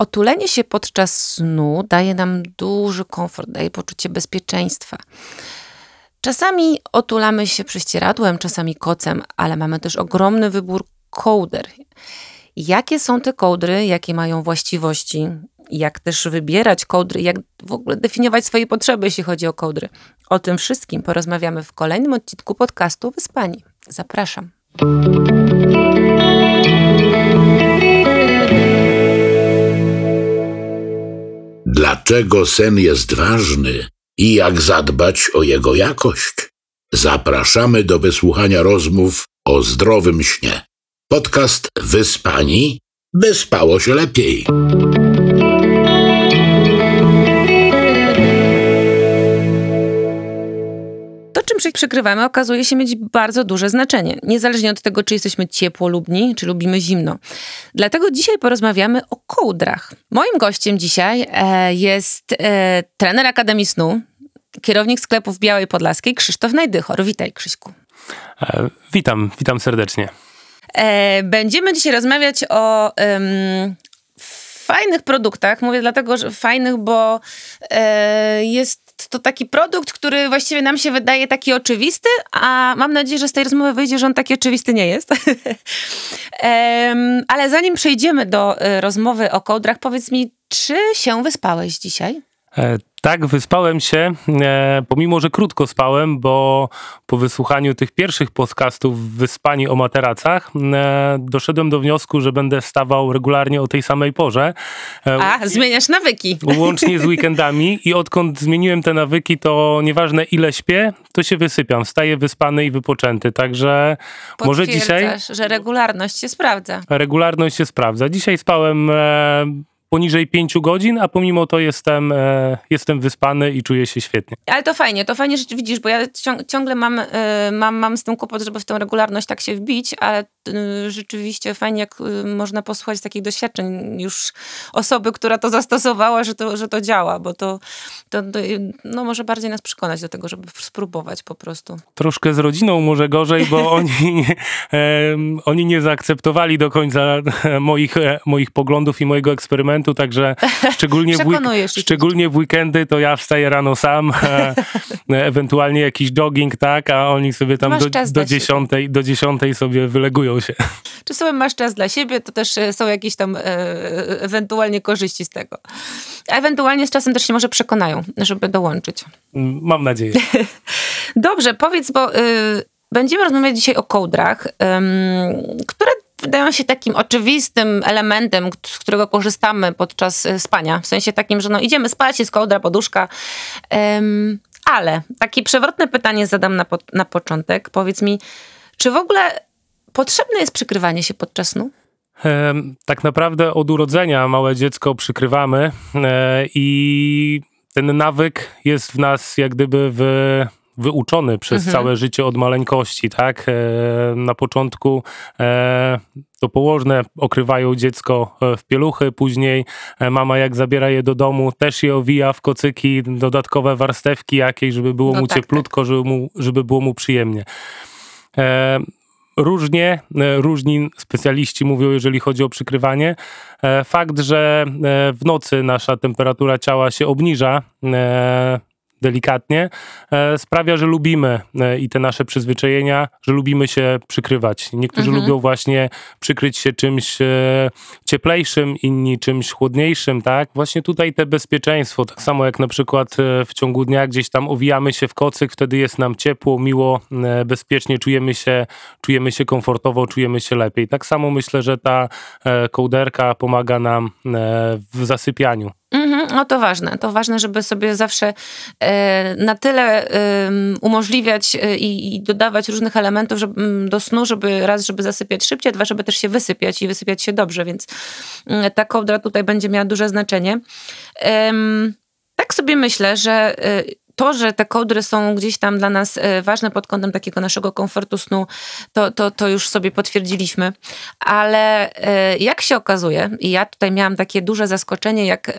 otulenie się podczas snu daje nam duży komfort, daje poczucie bezpieczeństwa. Czasami otulamy się prześcieradłem, czasami kocem, ale mamy też ogromny wybór kołder. Jakie są te kołdry, jakie mają właściwości, jak też wybierać kołdry, jak w ogóle definiować swoje potrzeby, jeśli chodzi o kołdry. O tym wszystkim porozmawiamy w kolejnym odcinku podcastu Wyspani. Zapraszam. Dlaczego sen jest ważny i jak zadbać o jego jakość? Zapraszamy do wysłuchania rozmów o zdrowym śnie. Podcast Wyspani, by spało się lepiej. To, czym się przykrywamy, okazuje się mieć bardzo duże znaczenie, niezależnie od tego, czy jesteśmy ciepłolubni, czy lubimy zimno. Dlatego dzisiaj porozmawiamy o kołdrach. Moim gościem dzisiaj jest trener Akademii Snu, kierownik sklepu w Białej Podlaskiej, Krzysztof Najdychor. Witaj, Krzyśku. Witam serdecznie. Będziemy dzisiaj rozmawiać o fajnych produktach. Mówię dlatego, że fajnych, bo jest to taki produkt, który właściwie nam się wydaje taki oczywisty, a mam nadzieję, że z tej rozmowy wyjdzie, że on taki oczywisty nie jest. Ale zanim przejdziemy do rozmowy o kołdrach, powiedz mi, czy się wyspałeś dzisiaj? Tak, wyspałem się, pomimo że krótko spałem, bo po wysłuchaniu tych pierwszych podcastów Wyspani o materacach doszedłem do wniosku, że będę wstawał regularnie o tej samej porze. Zmieniasz nawyki. Łącznie z weekendami i odkąd zmieniłem te nawyki, to nieważne ile śpię, to się wysypiam. Wstaję wyspany i wypoczęty, także może dzisiaj... że regularność się sprawdza. Regularność się sprawdza. Dzisiaj spałem... poniżej 5 godzin, a pomimo to jestem wyspany i czuję się świetnie. Ale to fajnie, że widzisz, bo ja ciągle mam z tym kłopot, żeby w tę regularność tak się wbić, ale rzeczywiście fajnie, jak można posłuchać takich doświadczeń już osoby, która to zastosowała, że to działa, bo to może bardziej nas przekonać do tego, żeby spróbować po prostu. Troszkę z rodziną może gorzej, bo oni nie zaakceptowali do końca moich poglądów i mojego eksperymentu, także szczególnie w weekendy to ja wstaję rano sam, ewentualnie jakiś jogging, tak, a oni sobie tam do 10 sobie wylegują się. Czy sobie masz czas dla siebie, to też są jakieś tam ewentualnie korzyści z tego. A ewentualnie z czasem też się może przekonają, żeby dołączyć. Mam nadzieję. Dobrze, powiedz, bo będziemy rozmawiać dzisiaj o kołdrach, które wydają się takim oczywistym elementem, z którego korzystamy podczas spania. W sensie takim, że idziemy spać, jest kołdra, poduszka. Ale takie przewrotne pytanie zadam na początek. Powiedz mi, czy w ogóle potrzebne jest przykrywanie się podczas snu? Tak naprawdę od urodzenia małe dziecko przykrywamy i ten nawyk jest w nas jak gdyby wyuczony przez całe życie od maleńkości, tak? Na początku to położne okrywają dziecko w pieluchy, później mama jak zabiera je do domu, też je owija w kocyki, dodatkowe warstewki jakieś, żeby było mu cieplutko, żeby było mu przyjemnie. Różni specjaliści mówią, jeżeli chodzi o przykrywanie. Fakt, że w nocy nasza temperatura ciała się obniża delikatnie, sprawia, że lubimy i te nasze przyzwyczajenia, że lubimy się przykrywać. Niektórzy lubią właśnie przykryć się czymś cieplejszym, inni czymś chłodniejszym, tak? Właśnie tutaj te bezpieczeństwo, tak samo jak na przykład w ciągu dnia gdzieś tam owijamy się w kocyk, wtedy jest nam ciepło, miło, bezpiecznie, czujemy się komfortowo, czujemy się lepiej. Tak samo myślę, że ta kołderka pomaga nam w zasypianiu. No to ważne, żeby sobie zawsze na tyle umożliwiać i dodawać różnych elementów do snu, żeby zasypiać szybciej, dwa, żeby też się wysypiać i wysypiać się dobrze, więc ta kołdra tutaj będzie miała duże znaczenie. Tak sobie myślę, że to, że te kołdry są gdzieś tam dla nas ważne pod kątem takiego naszego komfortu snu, to już sobie potwierdziliśmy. Ale jak się okazuje, i ja tutaj miałam takie duże zaskoczenie, jak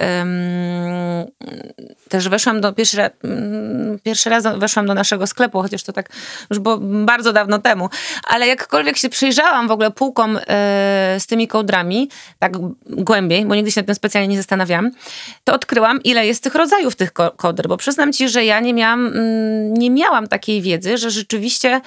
też weszłam pierwszy raz weszłam do naszego sklepu, chociaż to tak już było bardzo dawno temu, ale jakkolwiek się przyjrzałam w ogóle półkom z tymi kołdrami, tak głębiej, bo nigdy się nad tym specjalnie nie zastanawiałam, to odkryłam, ile jest tych rodzajów tych kołdr, bo przyznam ci, że ja nie miałam takiej wiedzy, że rzeczywiście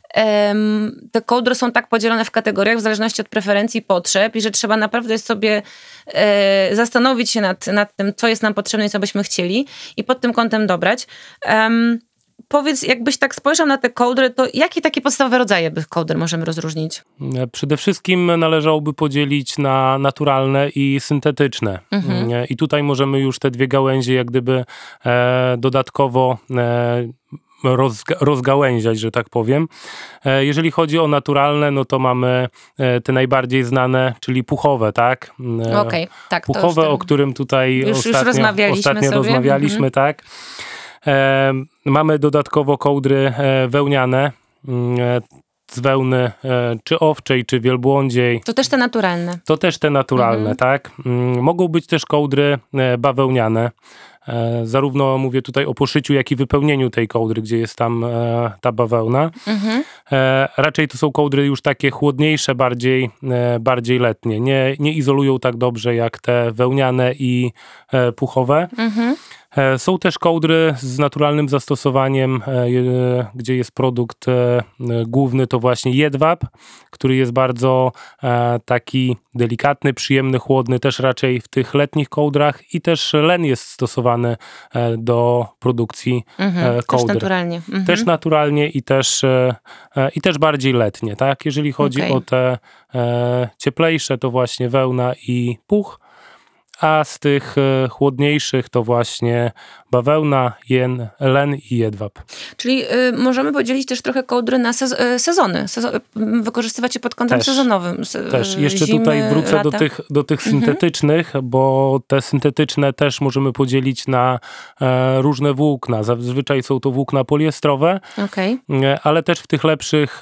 te kołdry są tak podzielone w kategoriach w zależności od preferencji i potrzeb i że trzeba naprawdę sobie zastanowić się nad tym, co jest nam potrzebne i co byśmy chcieli i pod tym kątem dobrać. Powiedz, jakbyś tak spojrzał na te kołdry, to jakie takie podstawowe rodzaje kołdr możemy rozróżnić? Przede wszystkim należałoby podzielić na naturalne i syntetyczne. I tutaj możemy już te dwie gałęzie jak gdyby dodatkowo rozgałęziać, że tak powiem. Jeżeli chodzi o naturalne, no to mamy te najbardziej znane, czyli puchowe, tak? Okej, tak. Puchowe, o którym tutaj ostatnio rozmawialiśmy, tak? Mamy dodatkowo kołdry wełniane z wełny czy owczej, czy wielbłądziej. To też te naturalne. To też te naturalne, tak. Mogą być też kołdry bawełniane. Zarówno mówię tutaj o poszyciu, jak i wypełnieniu tej kołdry, gdzie jest tam ta bawełna. Raczej to są kołdry już takie chłodniejsze, bardziej letnie. Nie izolują tak dobrze jak te wełniane i puchowe. Są też kołdry z naturalnym zastosowaniem, gdzie jest produkt główny, to właśnie jedwab, który jest bardzo taki delikatny, przyjemny, chłodny, też raczej w tych letnich kołdrach i też len jest stosowany do produkcji kołdr. Też naturalnie. Też naturalnie i też bardziej letnie, tak? Jeżeli chodzi o te cieplejsze, to właśnie wełna i puch. A z tych chłodniejszych to właśnie bawełna, len i jedwab. Czyli możemy podzielić też trochę kołdry na sezony. Wykorzystywać je pod kątem sezonowym. Też. Jeszcze zimy, tutaj wrócę lata. do tych syntetycznych, bo te syntetyczne też możemy podzielić na różne włókna. Zazwyczaj są to włókna poliestrowe, ale też w tych lepszych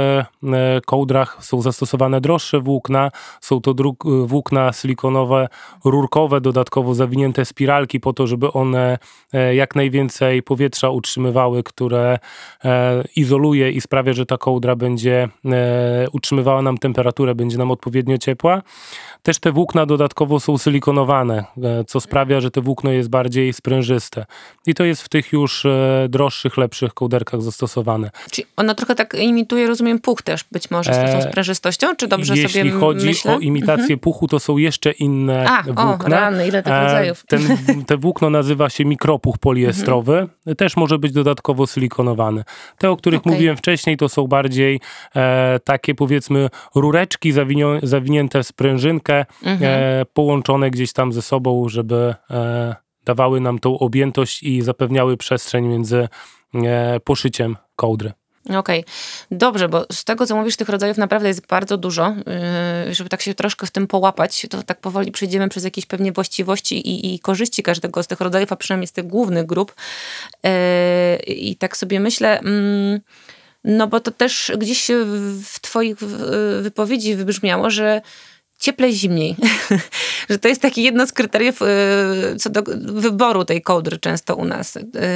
kołdrach są zastosowane droższe włókna. Są to włókna silikonowe, rurkowe, dodatkowo zawinięte spiralki po to, żeby one jak najwięcej powietrza utrzymywały, które izoluje i sprawia, że ta kołdra będzie utrzymywała nam temperaturę, będzie nam odpowiednio ciepła. Też te włókna dodatkowo są silikonowane, co sprawia, że te włókno jest bardziej sprężyste. I to jest w tych już droższych, lepszych kołderkach zastosowane. Czyli ono trochę tak imituje, rozumiem, puch też być może z tą sprężystością? Czy dobrze sobie myślę? Jeśli chodzi o imitację puchu, to są jeszcze inne włókna. O, rany, ile tych rodzajów. Te włókno nazywa się mikropuch poliestrowy. Też może być dodatkowo silikonowany. Te, o których mówiłem wcześniej, to są bardziej takie, powiedzmy, rureczki zawinięte w sprężynkę, połączone gdzieś tam ze sobą, żeby dawały nam tą objętość i zapewniały przestrzeń między poszyciem kołdry. Okej. Dobrze, bo z tego, co mówisz, tych rodzajów naprawdę jest bardzo dużo. Żeby tak się troszkę w tym połapać, to tak powoli przejdziemy przez jakieś pewnie właściwości i korzyści każdego z tych rodzajów, a przynajmniej z tych głównych grup. I tak sobie myślę... No bo to też gdzieś w twoich wypowiedzi wybrzmiało, że cieplej, zimniej. Że to jest takie jedno z kryteriów co do wyboru tej kołdry często u nas.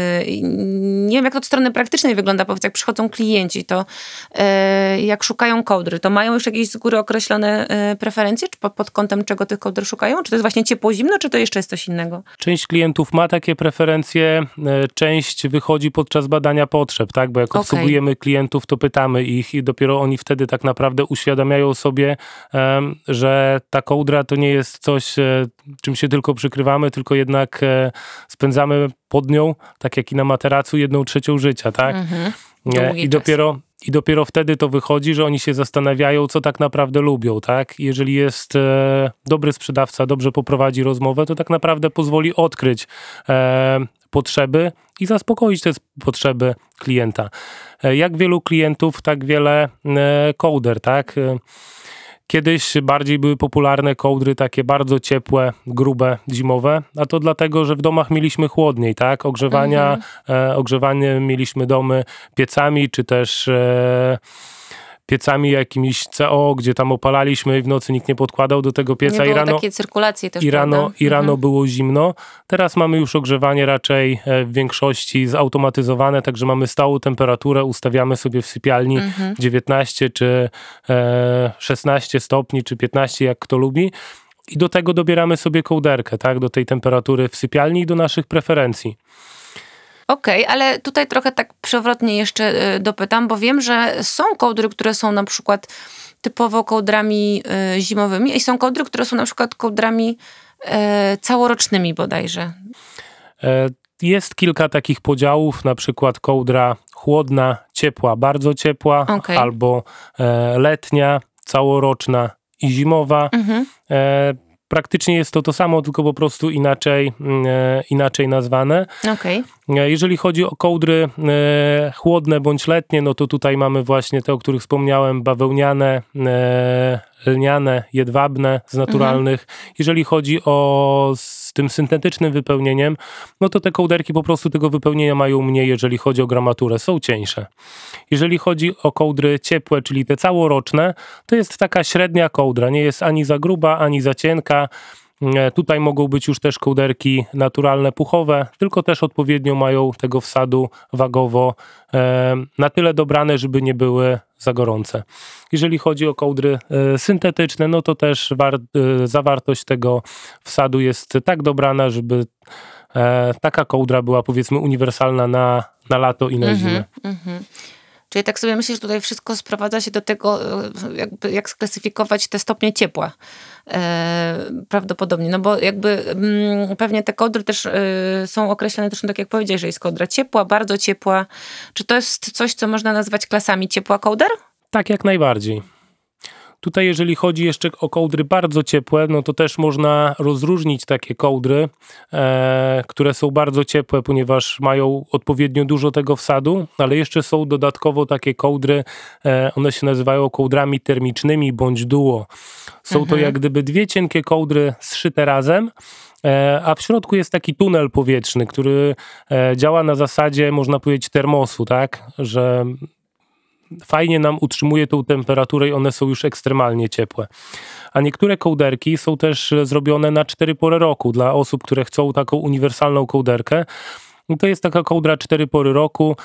Nie wiem, jak to od strony praktycznej wygląda. Powiedz, jak przychodzą klienci, to jak szukają kołdry, to mają już jakieś z góry określone preferencje? Czy pod kątem czego tych kołdr szukają? Czy to jest właśnie ciepło-zimno, czy to jeszcze jest coś innego? Część klientów ma takie preferencje, część wychodzi podczas badania potrzeb, tak? Bo jak obsługujemy klientów, to pytamy ich i dopiero oni wtedy tak naprawdę uświadamiają sobie, że ta kołdra to nie jest coś, czym się tylko przykrywamy, tylko jednak spędzamy pod nią, tak jak i na materacu, 1/3 życia, tak? I dopiero wtedy to wychodzi, że oni się zastanawiają, co tak naprawdę lubią, tak? Jeżeli jest dobry sprzedawca, dobrze poprowadzi rozmowę, to tak naprawdę pozwoli odkryć potrzeby i zaspokoić te potrzeby klienta. Jak wielu klientów, tak wiele kołder, tak? Kiedyś bardziej były popularne kołdry takie bardzo ciepłe, grube, zimowe, a to dlatego, że w domach mieliśmy chłodniej, tak? Ogrzewanie mieliśmy domy piecami, czy też piecami jakimiś CO, gdzie tam opalaliśmy i w nocy nikt nie podkładał do tego pieca. Nie było takiej cyrkulacji też, I rano było zimno. Teraz mamy już ogrzewanie raczej w większości zautomatyzowane, także mamy stałą temperaturę, ustawiamy sobie w sypialni 19 czy 16 stopni, czy 15, jak kto lubi. I do tego dobieramy sobie kołderkę, tak? Do tej temperatury w sypialni i do naszych preferencji. Okej, ale tutaj trochę tak przewrotnie jeszcze dopytam, bo wiem, że są kołdry, które są na przykład typowo kołdrami zimowymi i są kołdry, które są na przykład kołdrami całorocznymi bodajże. Jest kilka takich podziałów, na przykład kołdra chłodna, ciepła, bardzo ciepła, albo letnia, całoroczna i zimowa. Praktycznie jest to samo, tylko po prostu inaczej nazwane. Jeżeli chodzi o kołdry chłodne bądź letnie, no to tutaj mamy właśnie te, o których wspomniałem, bawełniane, lniane, jedwabne z naturalnych. Jeżeli chodzi z tym syntetycznym wypełnieniem, no to te kołderki po prostu tego wypełnienia mają mniej, jeżeli chodzi o gramaturę, są cieńsze. Jeżeli chodzi o kołdry ciepłe, czyli te całoroczne, to jest taka średnia kołdra, nie jest ani za gruba, ani za cienka. Tutaj mogą być już też kołderki naturalne, puchowe, tylko też odpowiednio mają tego wsadu wagowo na tyle dobrane, żeby nie były za gorące. Jeżeli chodzi o kołdry syntetyczne, no to też zawartość tego wsadu jest tak dobrana, żeby taka kołdra była, powiedzmy, uniwersalna na lato i na zimę. Czyli tak sobie myślę, że tutaj wszystko sprowadza się do tego, jak sklasyfikować te stopnie ciepła. Prawdopodobnie, no bo pewnie te kołdry też są określane też tak jak powiedziałeś, że jest kołdra ciepła, bardzo ciepła. Czy to jest coś, co można nazwać klasami ciepła kołder? Tak, jak najbardziej. Tutaj jeżeli chodzi jeszcze o kołdry bardzo ciepłe, no to też można rozróżnić takie kołdry, które są bardzo ciepłe, ponieważ mają odpowiednio dużo tego wsadu, ale jeszcze są dodatkowo takie kołdry, one się nazywają kołdrami termicznymi bądź duo. Są to jak gdyby dwie cienkie kołdry zszyte razem, a w środku jest taki tunel powietrzny, który działa na zasadzie, można powiedzieć, termosu, tak, że fajnie nam utrzymuje tą temperaturę i one są już ekstremalnie ciepłe. A niektóre kołderki są też zrobione na 4 pory roku dla osób, które chcą taką uniwersalną kołderkę. I to jest taka kołdra 4 pory roku,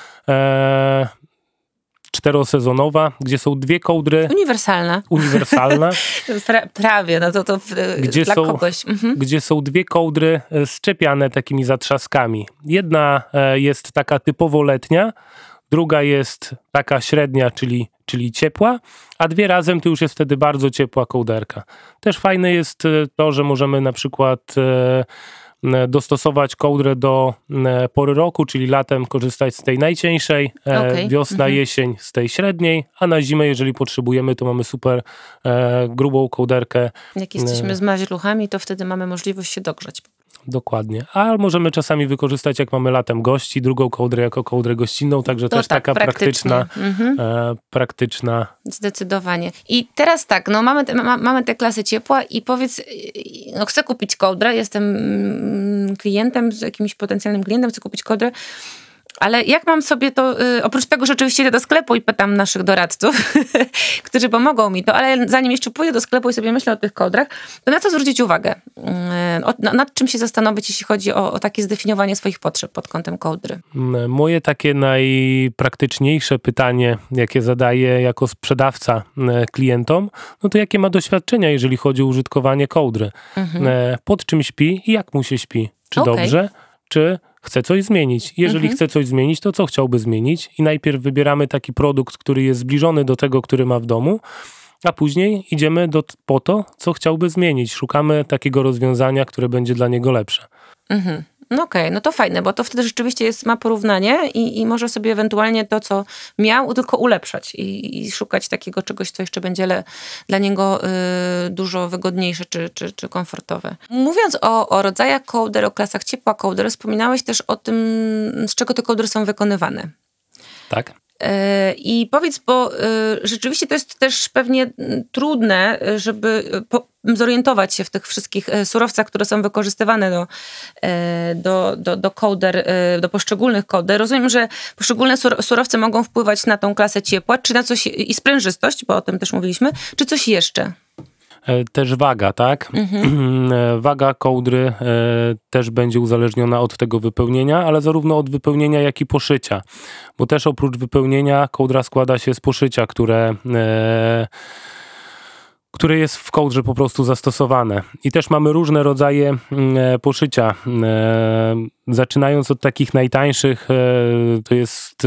4-sezonowa, gdzie są dwie kołdry. Uniwersalna. Prawie, no to gdzie dla są, kogoś. Gdzie są dwie kołdry szczepiane takimi zatrzaskami. Jedna jest taka typowo letnia, druga jest taka średnia, czyli ciepła, a dwie razem to już jest wtedy bardzo ciepła kołderka. Też fajne jest to, że możemy na przykład dostosować kołdrę do pory roku, czyli latem korzystać z tej najcieńszej, wiosna, jesień z tej średniej, a na zimę, jeżeli potrzebujemy, to mamy super grubą kołderkę. Jak jesteśmy z maźluchami, to wtedy mamy możliwość się dogrzać. Dokładnie. A możemy czasami wykorzystać, jak mamy latem gości, drugą kołdrę jako kołdrę gościnną, także to też tak, taka praktyczna. Zdecydowanie. I teraz tak, no mamy te klasy ciepła i powiedz, no chcę kupić kołdrę, jestem klientem, z jakimś potencjalnym klientem, chcę kupić kołdrę, ale jak mam sobie to, oprócz tego, że oczywiście idę do sklepu i pytam naszych doradców, którzy pomogą mi to, ale zanim jeszcze pójdę do sklepu i sobie myślę o tych kołdrach, to na co zwrócić uwagę? Nad czym się zastanowić, jeśli chodzi o takie zdefiniowanie swoich potrzeb pod kątem kołdry? Moje takie najpraktyczniejsze pytanie, jakie zadaję jako sprzedawca klientom, no to jakie ma doświadczenia, jeżeli chodzi o użytkowanie kołdry? Pod czym śpi i jak mu się śpi? Czy dobrze, czy chce coś zmienić. Jeżeli chce coś zmienić, to co chciałby zmienić? I najpierw wybieramy taki produkt, który jest zbliżony do tego, który ma w domu, a później idziemy po to, co chciałby zmienić. Szukamy takiego rozwiązania, które będzie dla niego lepsze. No okej, no to fajne, bo to wtedy rzeczywiście ma porównanie i może sobie ewentualnie to, co miał, tylko ulepszać i szukać takiego czegoś, co jeszcze będzie dla niego dużo wygodniejsze czy komfortowe. Mówiąc o rodzajach kołder, o klasach ciepła kołder, wspominałeś też o tym, z czego te kołdry są wykonywane. Tak. I powiedz, bo rzeczywiście to jest też pewnie trudne, żeby zorientować się w tych wszystkich surowcach, które są wykorzystywane do kołder, do poszczególnych kołder. Rozumiem, że poszczególne surowce mogą wpływać na tą klasę ciepła, czy na coś, i sprężystość, bo o tym też mówiliśmy, czy coś jeszcze? Też waga, tak? Waga kołdry też będzie uzależniona od tego wypełnienia, ale zarówno od wypełnienia, jak i poszycia. Bo też oprócz wypełnienia kołdra składa się z poszycia, które jest w kołdrze po prostu zastosowane. I też mamy różne rodzaje poszycia. Zaczynając od takich najtańszych, to jest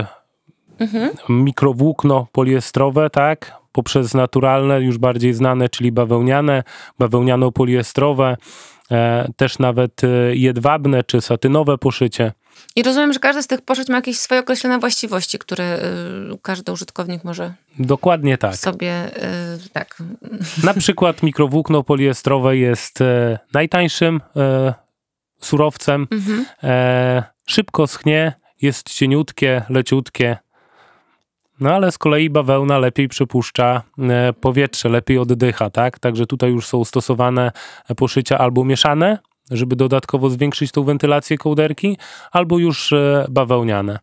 mikrowłókno poliestrowe, tak? Poprzez naturalne, już bardziej znane, czyli bawełniane, bawełniano-poliestrowe, też nawet jedwabne czy satynowe poszycie. I rozumiem, że każdy z tych poszyć ma jakieś swoje określone właściwości, które każdy użytkownik może Dokładnie tak. sobie tak. Na przykład mikrowłókno poliestrowe jest najtańszym surowcem. Szybko schnie, jest cieniutkie, leciutkie. No ale z kolei bawełna lepiej przepuszcza powietrze, lepiej oddycha, tak? Także tutaj już są stosowane poszycia albo mieszane, żeby dodatkowo zwiększyć tą wentylację kołderki, albo już bawełniane.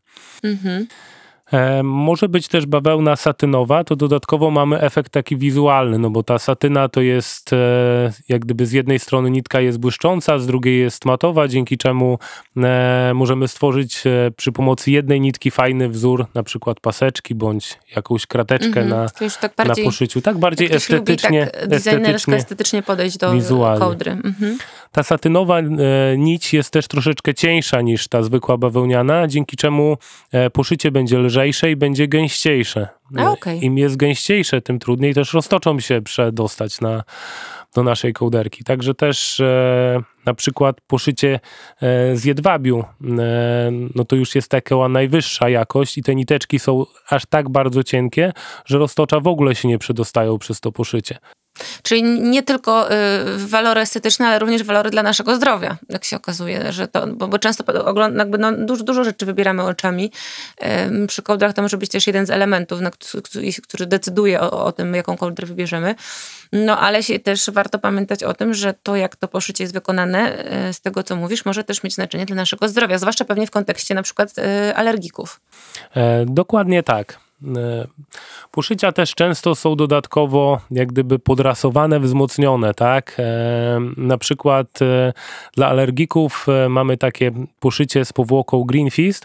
Może być też bawełna satynowa, to dodatkowo mamy efekt taki wizualny, no bo ta satyna to jest jak gdyby z jednej strony nitka jest błyszcząca, z drugiej jest matowa, dzięki czemu możemy stworzyć przy pomocy jednej nitki fajny wzór, na przykład paseczki bądź jakąś krateczkę na poszyciu. Tak bardziej estetycznie, estetycznie podejść do wizualnie. kołdry. Ta satynowa nić jest też troszeczkę cieńsza niż ta zwykła bawełniana, dzięki czemu poszycie będzie lżejsze i będzie gęściejsze. Im jest gęściejsze, tym trudniej też roztoczom się przedostać do naszej kołderki. Także też na przykład poszycie z jedwabiu, no to już jest taka najwyższa jakość i te niteczki są aż tak bardzo cienkie, że roztocza w ogóle się nie przedostają przez to poszycie. Czyli nie tylko walory estetyczne, ale również walory dla naszego zdrowia, jak się okazuje, że to, bo często dużo rzeczy wybieramy oczami. Przy kołdrach to może być też jeden z elementów, który decyduje o tym, jaką kołdrę wybierzemy. No ale też warto pamiętać o tym, że to, jak to poszycie jest wykonane, z tego co mówisz, może też mieć znaczenie dla naszego zdrowia, zwłaszcza pewnie w kontekście na przykład alergików. Dokładnie tak. Poszycia też często są dodatkowo jak gdyby podrasowane, wzmocnione, tak? Na przykład dla alergików mamy takie poszycie z powłoką Green Fist.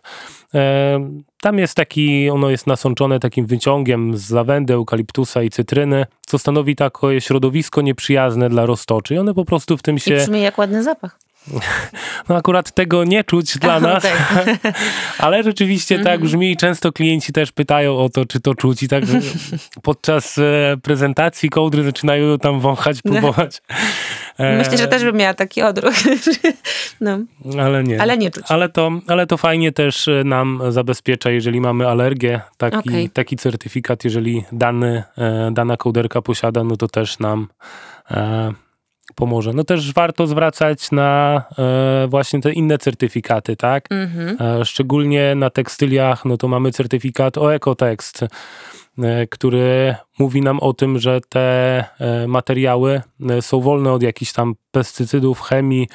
Tam jest ono jest nasączone takim wyciągiem z lawendy, eukaliptusa i cytryny, co stanowi takie środowisko nieprzyjazne dla roztoczy. I one po prostu w tym się... I brzmi jak ładny zapach. No akurat tego nie czuć dla nas, ale rzeczywiście tak brzmi i często klienci też pytają o to, czy to czuć i tak podczas prezentacji kołdry zaczynają ją tam wąchać, próbować. Myślę, że też bym miała taki odruch. No. Ale nie czuć. Ale to fajnie też nam zabezpiecza, jeżeli mamy alergię, taki certyfikat, jeżeli dana kołderka posiada, no to też nam pomoże. No też warto zwracać na właśnie te inne certyfikaty, tak? Szczególnie na tekstyliach, no to mamy certyfikat o Ekotekst, który mówi nam o tym, że te materiały są wolne od jakichś tam pestycydów, chemii,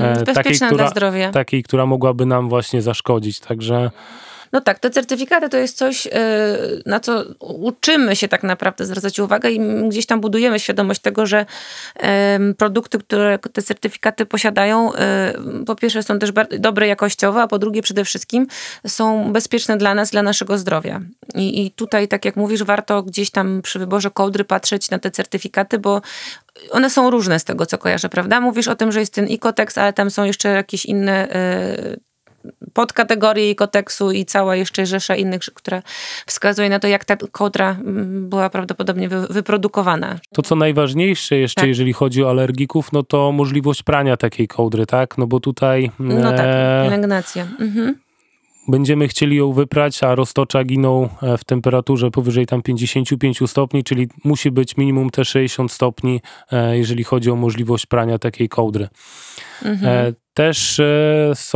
takiej, która mogłaby nam właśnie zaszkodzić. Także no tak, te certyfikaty to jest coś, na co uczymy się tak naprawdę zwracać uwagę i gdzieś tam budujemy świadomość tego, że produkty, które te certyfikaty posiadają, po pierwsze są też dobre jakościowo, a po drugie przede wszystkim są bezpieczne dla nas, dla naszego zdrowia. I tutaj, tak jak mówisz, warto gdzieś tam przy wyborze kołdry patrzeć na te certyfikaty, bo one są różne z tego, co kojarzę, prawda? Mówisz o tym, że jest ten Ecotex, ale tam są jeszcze jakieś inne podkategorii Ecoteksu i cała jeszcze rzesza innych, która wskazuje na to, jak ta kołdra była prawdopodobnie wyprodukowana. To, co najważniejsze jeszcze, jeżeli chodzi o alergików, no to możliwość prania takiej kołdry, tak? No bo tutaj... pielęgnacja. Będziemy chcieli ją wyprać, a roztocza giną w temperaturze powyżej tam 55 stopni, czyli musi być minimum te 60 stopni, jeżeli chodzi o możliwość prania takiej kołdry. Też są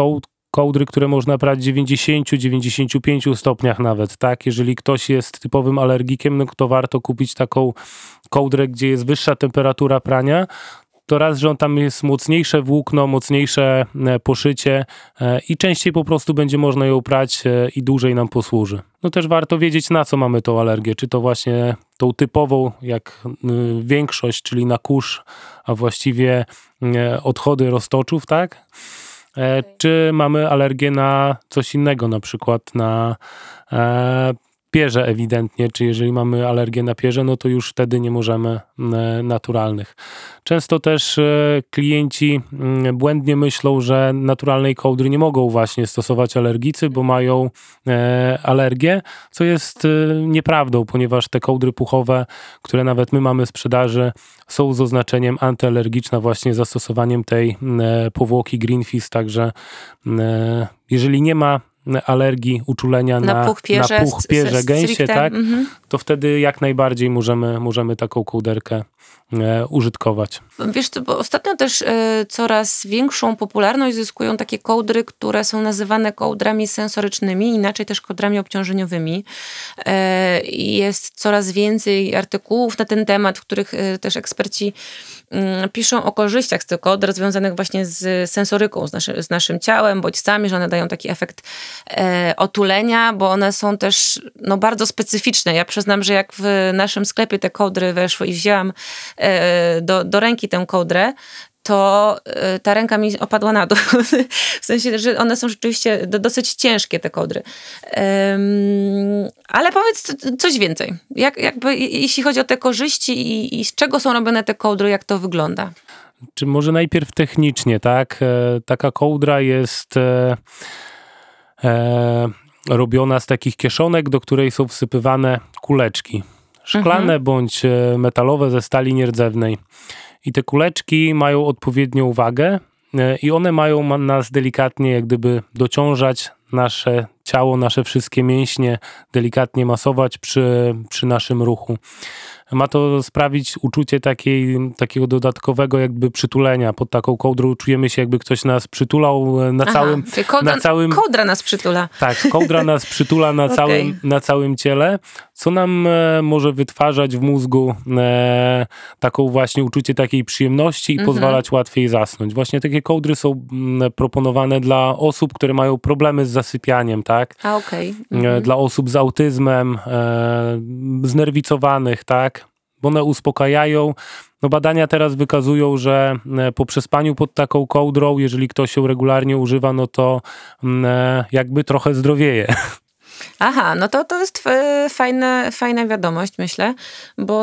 kołdry, które można brać w 90-95 stopniach nawet, tak? Jeżeli ktoś jest typowym alergikiem, no to warto kupić taką kołdrę, gdzie jest wyższa temperatura prania. To raz, że on tam jest mocniejsze włókno, mocniejsze poszycie i częściej po prostu będzie można ją prać i dłużej nam posłuży. No też warto wiedzieć, na co mamy tą alergię. Czy to właśnie tą typową, jak większość, czyli na kurz, a właściwie odchody roztoczów, tak? Czy mamy alergię na coś innego, na przykład na pierze ewidentnie, czy jeżeli mamy alergię na pierze, no to już wtedy nie możemy naturalnych. Często też klienci błędnie myślą, że naturalnej kołdry nie mogą właśnie stosować alergicy, bo mają alergię, co jest nieprawdą, ponieważ te kołdry puchowe, które nawet my mamy w sprzedaży, są z oznaczeniem antyalergiczna właśnie zastosowaniem tej powłoki Greenfeast, także jeżeli nie ma alergii, uczulenia na puch pierze gęsie, tak? To wtedy jak najbardziej możemy taką kołderkę użytkować. Wiesz co, bo ostatnio też coraz większą popularność zyskują takie kołdry, które są nazywane kołdrami sensorycznymi, inaczej też kołdrami obciążeniowymi. Jest coraz więcej artykułów na ten temat, w których też eksperci piszą o korzyściach z tych kołdr związanych właśnie z sensoryką, z naszym ciałem, bodźcami, że one dają taki efekt otulenia, bo one są też bardzo specyficzne. Ja przyznam, że jak w naszym sklepie te kołdry weszły i wzięłam do ręki tę kołdrę, to ta ręka mi opadła na dół. W sensie, że one są rzeczywiście dosyć ciężkie, te kołdry. Ale powiedz coś więcej. Jeśli chodzi o te korzyści i z czego są robione te kołdry, jak to wygląda? Czy może najpierw technicznie, tak? Taka kołdra jest robiona z takich kieszonek, do której są wsypywane kuleczki. Szklane bądź metalowe ze stali nierdzewnej. I te kuleczki mają odpowiednią wagę i one mają nas delikatnie jak gdyby dociążać nasze ciało, nasze wszystkie mięśnie, delikatnie masować przy naszym ruchu. Ma to sprawić uczucie takiego dodatkowego jakby przytulenia. Pod taką kołdrą czujemy się, jakby ktoś nas przytulał Kołdra nas przytula. Tak, kołdra nas przytula na całym ciele, co nam może wytwarzać w mózgu taką właśnie uczucie takiej przyjemności i pozwalać łatwiej zasnąć. Właśnie takie kołdry są proponowane dla osób, które mają problemy z zasypianiem, tak? Dla osób z autyzmem, znerwicowanych, tak? Bo one uspokajają. Badania teraz wykazują, że po przespaniu pod taką kołdrą, jeżeli ktoś ją regularnie używa, no to jakby trochę zdrowieje. Aha, no to jest fajna wiadomość, myślę, bo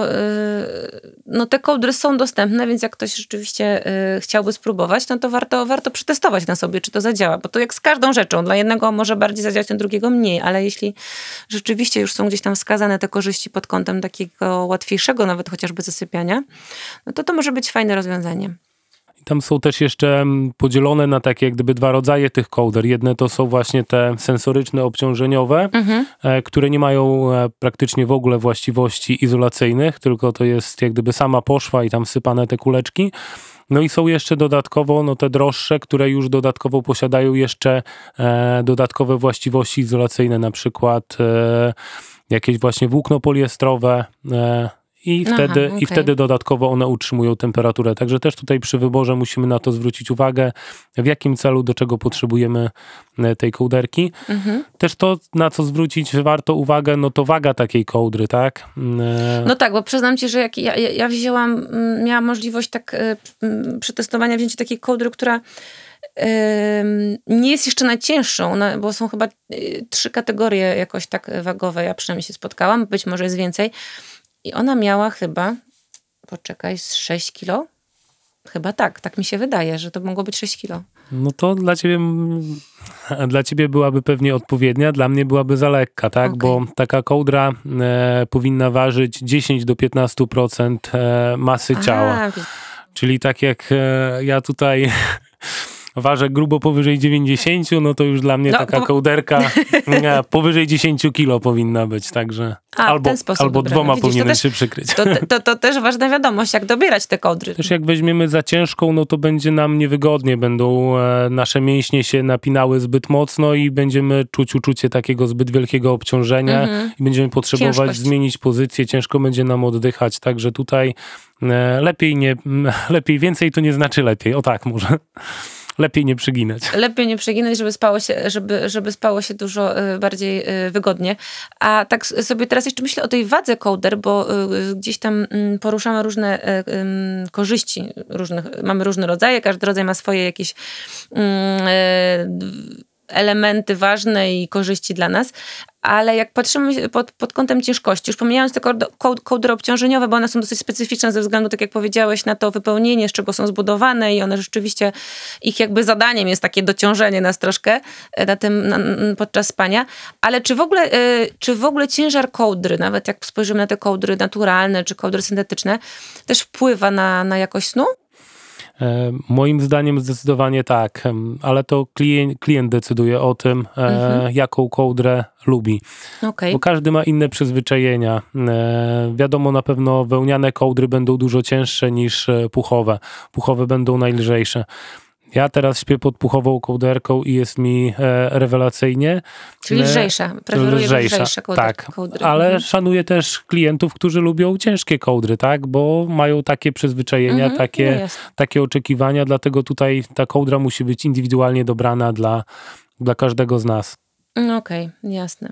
te kołdry są dostępne, więc jak ktoś rzeczywiście chciałby spróbować, no to warto przetestować na sobie, czy to zadziała, bo to jak z każdą rzeczą, dla jednego może bardziej zadziałać, dla drugiego mniej, ale jeśli rzeczywiście już są gdzieś tam wskazane te korzyści pod kątem takiego łatwiejszego nawet chociażby zasypiania, no to może być fajne rozwiązanie. Tam są też jeszcze podzielone na takie jak gdyby dwa rodzaje tych kołder. Jedne to są właśnie te sensoryczne, obciążeniowe, które nie mają praktycznie w ogóle właściwości izolacyjnych, tylko to jest jak gdyby sama poszwa i tam sypane te kuleczki. No i są jeszcze dodatkowo te droższe, które już dodatkowo posiadają jeszcze dodatkowe właściwości izolacyjne, na przykład jakieś właśnie włókno poliestrowe, I wtedy dodatkowo one utrzymują temperaturę. Także też tutaj przy wyborze musimy na to zwrócić uwagę, w jakim celu, do czego potrzebujemy tej kołderki. Też to, na co zwrócić warto uwagę, no to waga takiej kołdry, tak? No tak, bo przyznam ci, że jak ja miałam możliwość przetestowania, wzięcia takiej kołdry, która nie jest jeszcze najcięższą, bo są chyba 3 kategorie jakoś tak wagowe, ja przynajmniej się spotkałam, być może jest więcej. I ona miała chyba, z 6 kilo? Chyba tak mi się wydaje, że to mogło być 6 kilo. No to dla ciebie byłaby pewnie odpowiednia, dla mnie byłaby za lekka, tak? Okay. Bo taka kołdra powinna ważyć 10 do 15% masy ciała. Czyli tak jak ja tutaj ważę grubo powyżej 90, no to już dla mnie taka kołderka powyżej 10 kilo powinna być, także albo dwoma powinien się przykryć. To też ważna wiadomość, jak dobierać te kołdry. Też jak weźmiemy za ciężką, no to będzie nam niewygodnie, będą nasze mięśnie się napinały zbyt mocno i będziemy czuć uczucie takiego zbyt wielkiego obciążenia i będziemy potrzebować zmienić pozycję, ciężko będzie nam oddychać, także tutaj lepiej więcej to nie znaczy lepiej, o tak może. Lepiej nie przyginać. Lepiej nie przyginać, żeby spało się dużo bardziej wygodnie. A tak sobie teraz jeszcze myślę o tej wadze kołder, bo gdzieś tam poruszamy różne korzyści. Mamy różne rodzaje, każdy rodzaj ma swoje jakieś elementy ważne i korzyści dla nas, ale jak patrzymy pod kątem ciężkości, już pomijając te kołdry obciążeniowe, bo one są dosyć specyficzne ze względu, tak jak powiedziałeś, na to wypełnienie, z czego są zbudowane i one rzeczywiście, ich jakby zadaniem jest takie dociążenie nas troszkę podczas spania, ale czy w ogóle ciężar kołdry, nawet jak spojrzymy na te kołdry naturalne czy kołdry syntetyczne, też wpływa na jakość snu? Moim zdaniem zdecydowanie tak, ale to klient decyduje o tym, jaką kołdrę lubi. Okay. Bo każdy ma inne przyzwyczajenia. Wiadomo, na pewno wełniane kołdry będą dużo cięższe niż puchowe. Puchowe będą najlżejsze. Ja teraz śpię pod puchową kołderką i jest mi rewelacyjnie. Czyli lżejsza. Preferuję lżejsze kołdry. Ale szanuję też klientów, którzy lubią ciężkie kołdry, tak? Bo mają takie przyzwyczajenia, takie oczekiwania, dlatego tutaj ta kołdra musi być indywidualnie dobrana dla każdego z nas. Okej, jasne.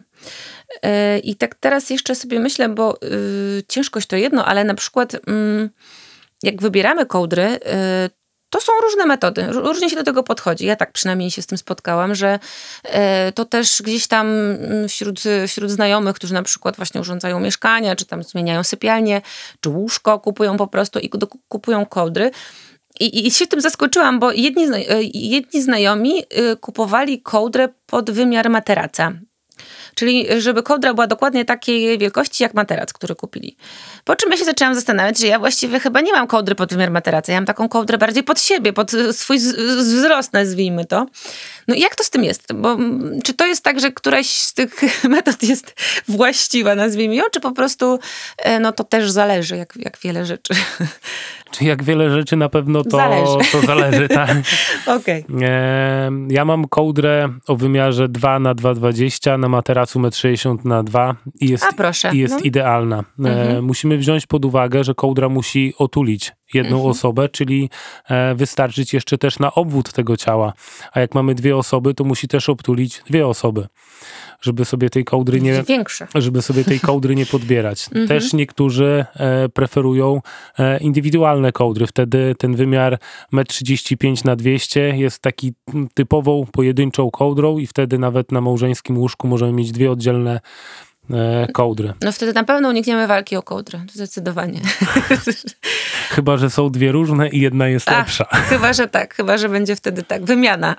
I tak teraz jeszcze sobie myślę, bo ciężkość to jedno, ale na przykład jak wybieramy kołdry, to są różne metody, różnie się do tego podchodzi. Ja tak przynajmniej się z tym spotkałam, że to też gdzieś tam wśród znajomych, którzy na przykład właśnie urządzają mieszkania, czy tam zmieniają sypialnię, czy kupują po prostu i kupują kołdry. I się tym zaskoczyłam, bo jedni znajomi kupowali kołdrę pod wymiar materaca. Czyli żeby kołdra była dokładnie takiej wielkości jak materac, który kupili. Po czym ja się zaczęłam zastanawiać, że ja właściwie chyba nie mam kołdry pod wymiar materaca. Ja mam taką kołdrę bardziej pod siebie, pod swój wzrost, nazwijmy to. No i jak to z tym jest? Bo czy to jest tak, że któraś z tych metod jest właściwa, nazwijmy ją, czy po prostu to też zależy, jak wiele rzeczy? Czy jak wiele rzeczy na pewno to zależy, tak. Okej. Ja mam kołdrę o wymiarze 2x2,20 na materacu 1,60 m i jest idealna. Musimy wziąć pod uwagę, że kołdra musi otulić jedną osobę, czyli wystarczyć jeszcze też na obwód tego ciała. A jak mamy 2 osoby, to musi też obtulić 2 osoby, żeby sobie tej kołdry nie podbierać. Też niektórzy preferują indywidualne kołdry. Wtedy ten wymiar 1,35 m na 200 jest taki typową, pojedynczą kołdrą i wtedy nawet na małżeńskim łóżku możemy mieć 2 oddzielne kołdry. No wtedy na pewno unikniemy walki o kołdrę. Zdecydowanie. Chyba że są 2 różne i jedna jest lepsza. Chyba, że tak. Chyba, że będzie wtedy tak. Wymiana.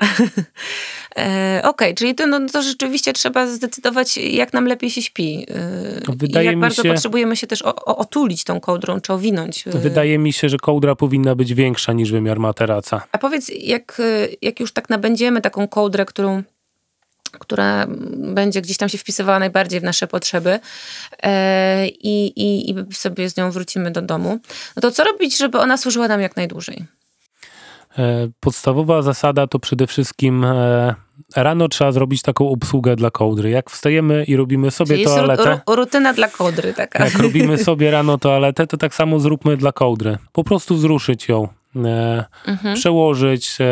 Okej, czyli to rzeczywiście trzeba zdecydować, jak nam lepiej się śpi. I jak bardzo potrzebujemy się też otulić tą kołdrą, czy owinąć. Wydaje mi się, że kołdra powinna być większa niż wymiar materaca. A powiedz, jak już tak nabędziemy taką kołdrę, która będzie gdzieś tam się wpisywała najbardziej w nasze potrzeby i sobie z nią wrócimy do domu, no to co robić, żeby ona służyła nam jak najdłużej? Podstawowa zasada to przede wszystkim rano trzeba zrobić taką obsługę dla kołdry. Jak wstajemy i robimy sobie czyli toaletę... Jest rutyna dla kołdry taka. Jak robimy sobie rano toaletę, to tak samo zróbmy dla kołdry. Po prostu wzruszyć ją, przełożyć...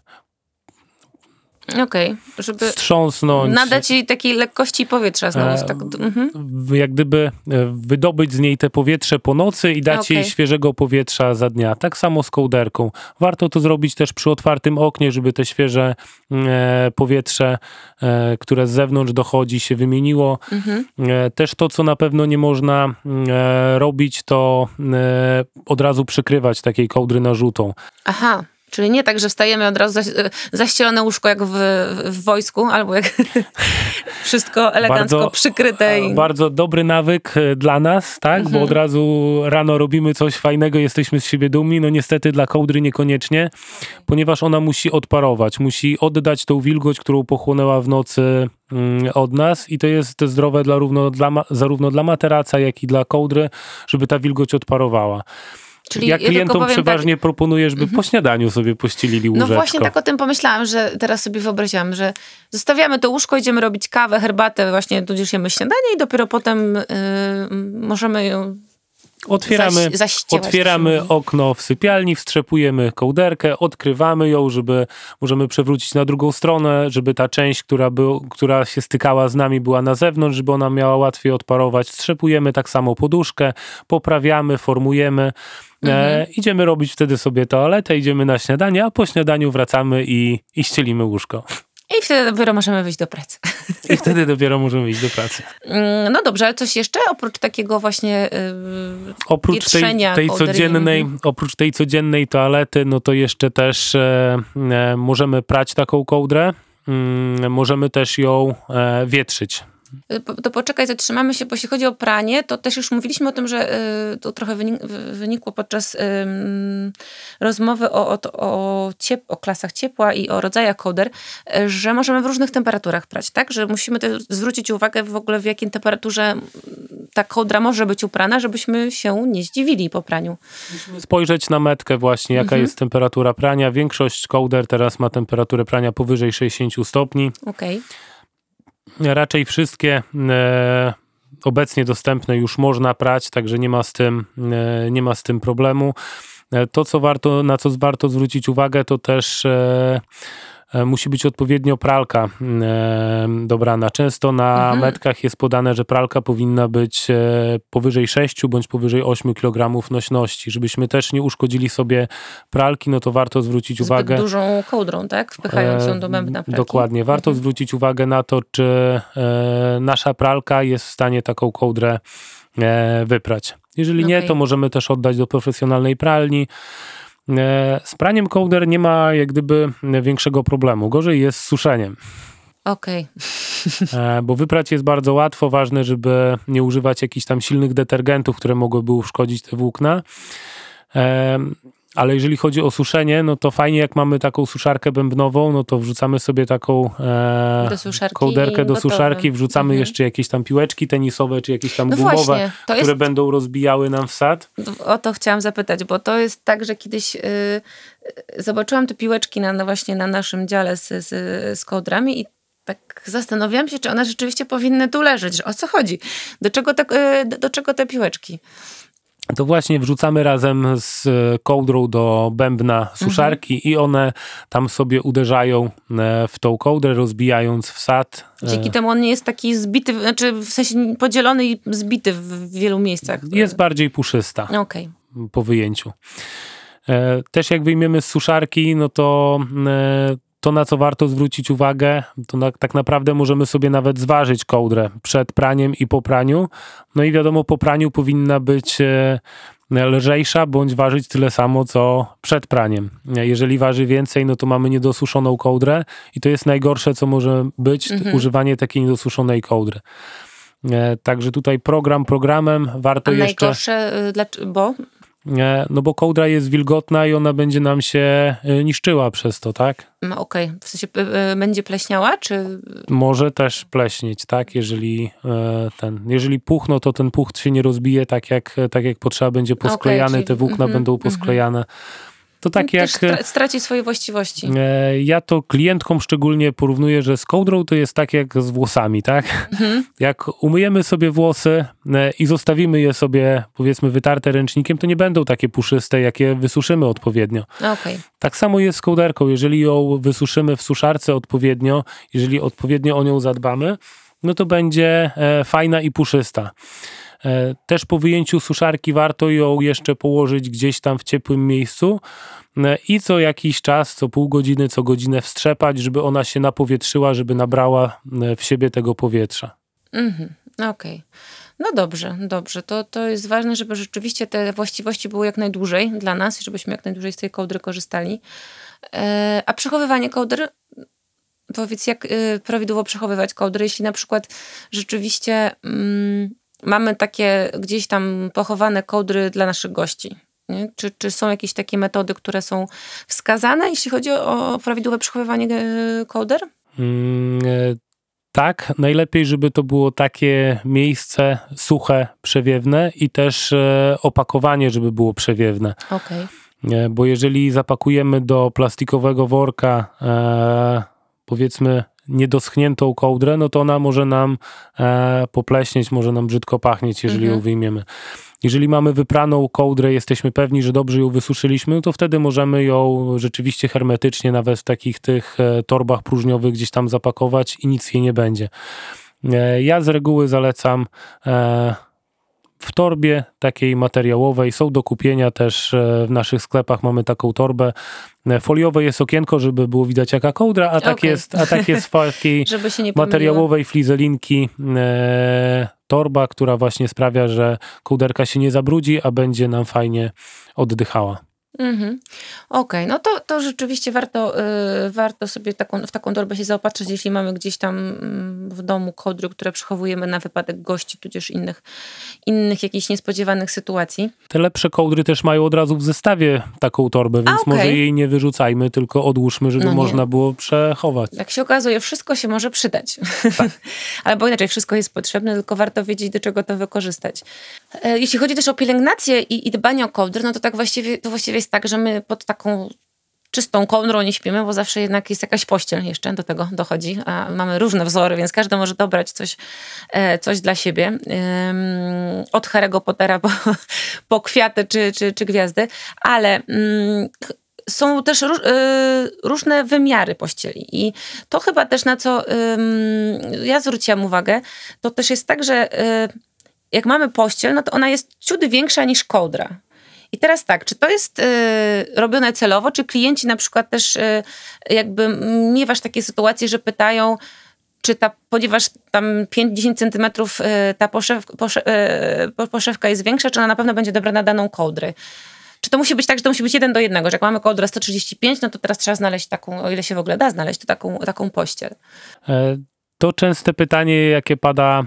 Okej, żeby wstrząsnąć. Nadać jej takiej lekkości powietrza znowu. Jak gdyby wydobyć z niej te powietrze po nocy i dać jej świeżego powietrza za dnia. Tak samo z kołderką. Warto to zrobić też przy otwartym oknie, żeby te świeże powietrze, które z zewnątrz dochodzi, się wymieniło. Też to, co na pewno nie można robić, to od razu przykrywać takiej kołdry narzutą. Aha. Czyli nie tak, że wstajemy od razu zaścielone łóżko jak w wojsku, albo jak wszystko elegancko przykryte. Bardzo dobry nawyk dla nas, tak? Bo od razu rano robimy coś fajnego, jesteśmy z siebie dumni. No niestety dla kołdry niekoniecznie, ponieważ ona musi odparować, musi oddać tą wilgoć, którą pochłonęła w nocy od nas i to jest zdrowe zarówno dla materaca, jak i dla kołdry, żeby ta wilgoć odparowała. Czyli ja klientom przeważnie proponuję, żeby po śniadaniu sobie pościelili łóżeczko. No właśnie tak o tym pomyślałam, że teraz sobie wyobraziłam, że zostawiamy to łóżko, idziemy robić kawę, herbatę, właśnie tudzież jemy śniadanie i dopiero potem możemy ją Otwieramy okno w sypialni, wstrzepujemy kołderkę, odkrywamy ją, możemy przewrócić na drugą stronę, żeby ta część, która się stykała z nami, była na zewnątrz, żeby ona miała łatwiej odparować. Wstrzepujemy tak samo poduszkę, poprawiamy, formujemy. Idziemy robić wtedy sobie toaletę, idziemy na śniadanie, a po śniadaniu wracamy i ścielimy łóżko. I wtedy dopiero możemy wyjść do pracy. No dobrze, ale coś jeszcze? Oprócz takiego właśnie oprócz tej codziennej toalety, no to jeszcze też możemy prać taką kołdrę. Możemy też ją wietrzyć. To poczekaj, zatrzymamy się, bo jeśli chodzi o pranie, to też już mówiliśmy o tym, że to trochę wynikło podczas rozmowy o klasach ciepła i o rodzajach kołder, że możemy w różnych temperaturach prać, tak? Że musimy też zwrócić uwagę w ogóle, w jakiej temperaturze ta kołdra może być uprana, żebyśmy się nie zdziwili po praniu. Musimy spojrzeć na metkę właśnie, jaka jest temperatura prania. Większość kołder teraz ma temperaturę prania powyżej 60 stopni. Okej. Raczej wszystkie obecnie dostępne już można prać, także nie ma z tym problemu. To, na co warto zwrócić uwagę, to też musi być odpowiednio pralka dobrana. Często na metkach jest podane, że pralka powinna być powyżej 6 bądź powyżej 8 kg nośności. Żebyśmy też nie uszkodzili sobie pralki, no to warto zwrócić uwagę... Zbyt dużą kołdrą, tak? Wpychając ją do bębna pralki. Dokładnie. Warto zwrócić uwagę na to, czy nasza pralka jest w stanie taką kołdrę wyprać. Jeżeli nie, to możemy też oddać do profesjonalnej pralni. Z praniem kołder nie ma jak gdyby większego problemu. Gorzej jest z suszeniem. Okej. Bo wyprać jest bardzo łatwo. Ważne, żeby nie używać jakichś tam silnych detergentów, które mogłyby uszkodzić te włókna. Ale jeżeli chodzi o suszenie, no to fajnie jak mamy taką suszarkę bębnową, no to wrzucamy sobie taką kołderkę do suszarki, wrzucamy jeszcze jakieś tam piłeczki tenisowe, czy jakieś tam gumowe, które będą rozbijały nam wsad. O to chciałam zapytać, bo to jest tak, że kiedyś zobaczyłam te piłeczki właśnie na naszym dziale z kołdrami i tak zastanawiałam się, czy one rzeczywiście powinny tu leżeć, że o co chodzi? Do czego te piłeczki? To właśnie wrzucamy razem z kołdrą do bębna suszarki i one tam sobie uderzają w tą kołdrę, rozbijając wsad. Dzięki temu on nie jest taki zbity, znaczy w sensie podzielony i zbity w wielu miejscach. Jest bardziej puszysta po wyjęciu. Też jak wyjmiemy z suszarki, no to na co warto zwrócić uwagę, to tak naprawdę możemy sobie nawet zważyć kołdrę przed praniem i po praniu. No i wiadomo, po praniu powinna być lżejsza, bądź ważyć tyle samo, co przed praniem. Jeżeli waży więcej, no to mamy niedosuszoną kołdrę i to jest najgorsze, co może być, używanie takiej niedosuszonej kołdry. Także tutaj programem warto jeszcze... Najgorsze, bo? No bo kołdra jest wilgotna i ona będzie nam się niszczyła przez to, tak? Okej. W sensie będzie pleśniała, czy... Może też pleśnieć, tak? Jeżeli puch, no to ten puch się nie rozbije tak jak potrzeba, będzie posklejany, czyli te włókna będą posklejane. To tak jak... straci swoje właściwości. Ja to klientkom szczególnie porównuję, że z kołdrą to jest tak jak z włosami, tak? Jak umyjemy sobie włosy i zostawimy je sobie, powiedzmy, wytarte ręcznikiem, to nie będą takie puszyste, jak je wysuszymy odpowiednio. Tak samo jest z kołderką. Jeżeli ją wysuszymy w suszarce odpowiednio, jeżeli odpowiednio o nią zadbamy, no to będzie fajna i puszysta. Też po wyjęciu suszarki warto ją jeszcze położyć gdzieś tam w ciepłym miejscu i co jakiś czas, co pół godziny, co godzinę wstrzepać, żeby ona się napowietrzyła, żeby nabrała w siebie tego powietrza. Okej. No dobrze. To jest ważne, żeby rzeczywiście te właściwości były jak najdłużej dla nas, żebyśmy jak najdłużej z tej kołdry korzystali. A przechowywanie kołdry? Powiedz, jak prawidłowo przechowywać kołdry, jeśli na przykład rzeczywiście mamy takie gdzieś tam pochowane kołdry dla naszych gości. Nie? Czy są jakieś takie metody, które są wskazane, jeśli chodzi o prawidłowe przechowywanie kołder? Tak, najlepiej, żeby to było takie miejsce suche, przewiewne i też opakowanie, żeby było przewiewne. Okej. Bo jeżeli zapakujemy do plastikowego worka, powiedzmy, niedoschniętą kołdrę, no to ona może nam popleśnieć, może nam brzydko pachnieć, jeżeli ją wyjmiemy. Jeżeli mamy wypraną kołdrę, jesteśmy pewni, że dobrze ją wysuszyliśmy, no to wtedy możemy ją rzeczywiście hermetycznie, nawet w takich tych torbach próżniowych gdzieś tam zapakować i nic jej nie będzie. Ja z reguły zalecam w torbie takiej materiałowej. Są do kupienia też w naszych sklepach, mamy taką torbę. Foliowe jest okienko, żeby było widać jaka kołdra, a tak jest w takiej Żeby się nie materiałowej flizelinki torba, która właśnie sprawia, że kołderka się nie zabrudzi, a będzie nam fajnie oddychała. Okej, no to rzeczywiście warto sobie w taką torbę się zaopatrzyć, jeśli mamy gdzieś tam w domu kołdry, które przechowujemy na wypadek gości, tudzież innych jakichś niespodziewanych sytuacji. Te lepsze kołdry też mają od razu w zestawie taką torbę, więc może jej nie wyrzucajmy, tylko odłóżmy, żeby można było przechować. Jak się okazuje, wszystko się może przydać. Tak. Albo inaczej, wszystko jest potrzebne, tylko warto wiedzieć, do czego to wykorzystać. Jeśli chodzi też o pielęgnację i dbanie o kołdry, no to tak właściwie jest tak, że my pod taką czystą kołdrą nie śpimy, bo zawsze jednak jest jakaś pościel jeszcze, do tego dochodzi, a mamy różne wzory, więc każdy może dobrać coś dla siebie. Od Harry'ego Pottera po kwiaty czy gwiazdy, ale są też różne wymiary pościeli i to chyba też na co ja zwróciłam uwagę, to też jest tak, że jak mamy pościel, no to ona jest ciut większa niż kołdra. I teraz tak, czy to jest robione celowo, czy klienci na przykład też jakby miewasz takie sytuacje, że pytają, czy ponieważ tam 5-10 centymetrów ta poszewka jest większa, czy ona na pewno będzie dobra na daną kołdrę? Czy to musi być tak, że to musi być 1:1, że jak mamy kołdrę 135, no to teraz trzeba znaleźć taką, o ile się w ogóle da znaleźć, to taką pościel? To częste pytanie, jakie pada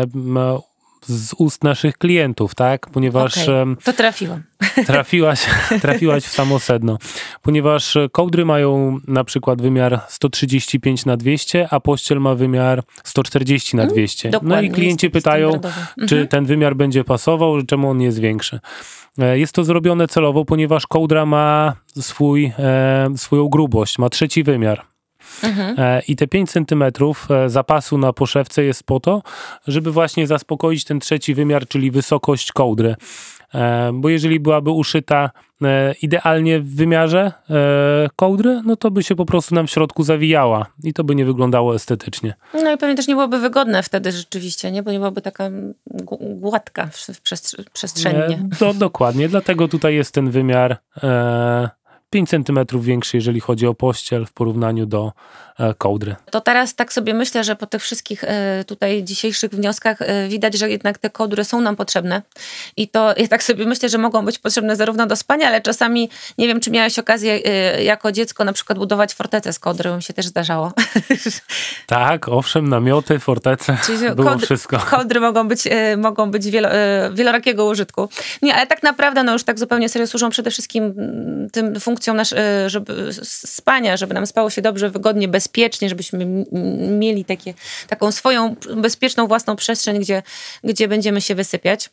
z ust naszych klientów, tak? Ponieważ... To trafiłam. Trafiłaś w samo sedno. Ponieważ kołdry mają na przykład wymiar 135x200, a pościel ma wymiar 140x200. No i klienci pytają, czy ten wymiar będzie pasował, czemu on jest większy. Jest to zrobione celowo, ponieważ kołdra ma swoją grubość, ma trzeci wymiar. I te 5 centymetrów zapasu na poszewce jest po to, żeby właśnie zaspokoić ten trzeci wymiar, czyli wysokość kołdry. Bo jeżeli byłaby uszyta idealnie w wymiarze kołdry, no to by się po prostu nam w środku zawijała i to by nie wyglądało estetycznie. No i pewnie też nie byłoby wygodne wtedy rzeczywiście, nie? Bo nie byłaby taka gładka przestrzennie. Dokładnie, dlatego tutaj jest ten wymiar 5 centymetrów większy, jeżeli chodzi o pościel w porównaniu do kołdry. To teraz tak sobie myślę, że po tych wszystkich tutaj dzisiejszych wnioskach widać, że jednak te kołdry są nam potrzebne. I to ja tak sobie myślę, że mogą być potrzebne zarówno do spania, ale czasami, nie wiem, czy miałeś okazję jako dziecko na przykład budować fortecę z kołdry, mi się też zdarzało. Tak, owszem, namioty, fortece, było wszystko. Kołdry mogą być wielorakiego użytku. Nie, ale tak naprawdę, no już tak zupełnie serio służą przede wszystkim tym funkcją żeby spania, żeby nam spało się dobrze, wygodnie, bezpiecznie, żebyśmy mieli taką swoją bezpieczną własną przestrzeń, gdzie będziemy się wysypiać.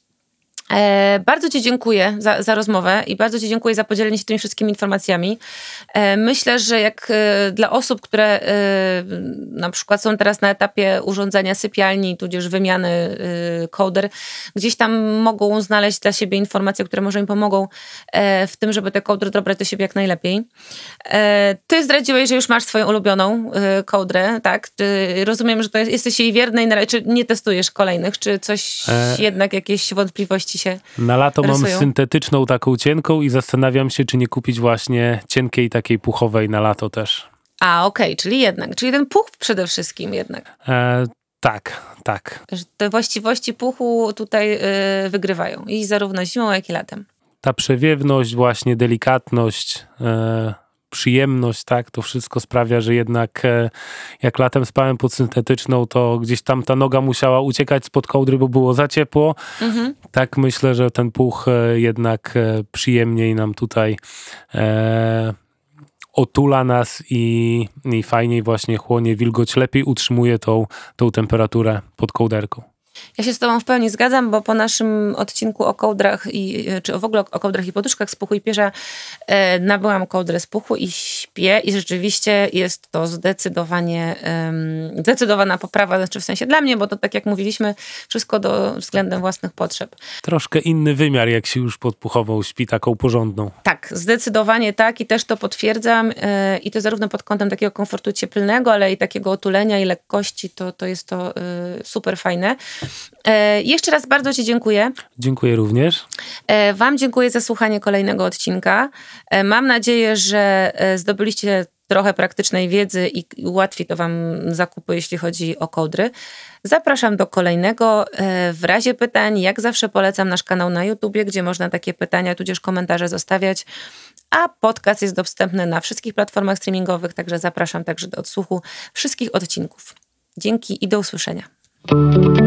Bardzo Ci dziękuję za rozmowę i bardzo Ci dziękuję za podzielenie się tymi wszystkimi informacjami. Myślę, że jak dla osób, które na przykład są teraz na etapie urządzenia sypialni, tudzież wymiany kołder, gdzieś tam mogą znaleźć dla siebie informacje, które może im pomogą w tym, żeby te kołdry dobrać do siebie jak najlepiej. Ty zdradziłeś, że już masz swoją ulubioną kołdrę, tak? Rozumiem, że to jesteś jej wierny, czy nie testujesz kolejnych, czy coś jednak jakieś wątpliwości się na lato rysują? Mam syntetyczną taką cienką i zastanawiam się, czy nie kupić właśnie cienkiej takiej puchowej na lato też. Okej, czyli ten puch przede wszystkim jednak. Tak. Że te właściwości puchu tutaj wygrywają. I zarówno zimą, jak i latem. Ta przewiewność, właśnie delikatność, przyjemność, tak, to wszystko sprawia, że jednak jak latem spałem pod syntetyczną, to gdzieś tam ta noga musiała uciekać spod kołdry, bo było za ciepło. Tak myślę, że ten puch jednak przyjemniej nam tutaj otula nas i fajniej właśnie chłonie wilgoć, lepiej utrzymuje tą temperaturę pod kołderką. Ja się z tobą w pełni zgadzam, bo po naszym odcinku o kołdrach czy w ogóle o kołdrach i poduszkach z puchu i pierza nabyłam kołdrę z puchu i śpię i rzeczywiście jest to zdecydowana poprawa, znaczy w sensie dla mnie, bo to tak jak mówiliśmy, wszystko względem własnych potrzeb. Troszkę inny wymiar, jak się już pod puchową śpi, taką porządną. Tak, zdecydowanie tak i też to potwierdzam i to zarówno pod kątem takiego komfortu cieplnego, ale i takiego otulenia i lekkości, to jest to super fajne. Jeszcze raz bardzo ci dziękuję. Dziękuję również. Wam dziękuję za słuchanie kolejnego odcinka. Mam nadzieję, że zdobyliście trochę praktycznej wiedzy i ułatwi to wam zakupy, jeśli chodzi o kołdry. Zapraszam do kolejnego. W razie pytań, jak zawsze polecam nasz kanał na YouTubie, gdzie można takie pytania, tudzież komentarze zostawiać. A podcast jest dostępny na wszystkich platformach streamingowych, także zapraszam także do odsłuchu wszystkich odcinków. Dzięki i do usłyszenia.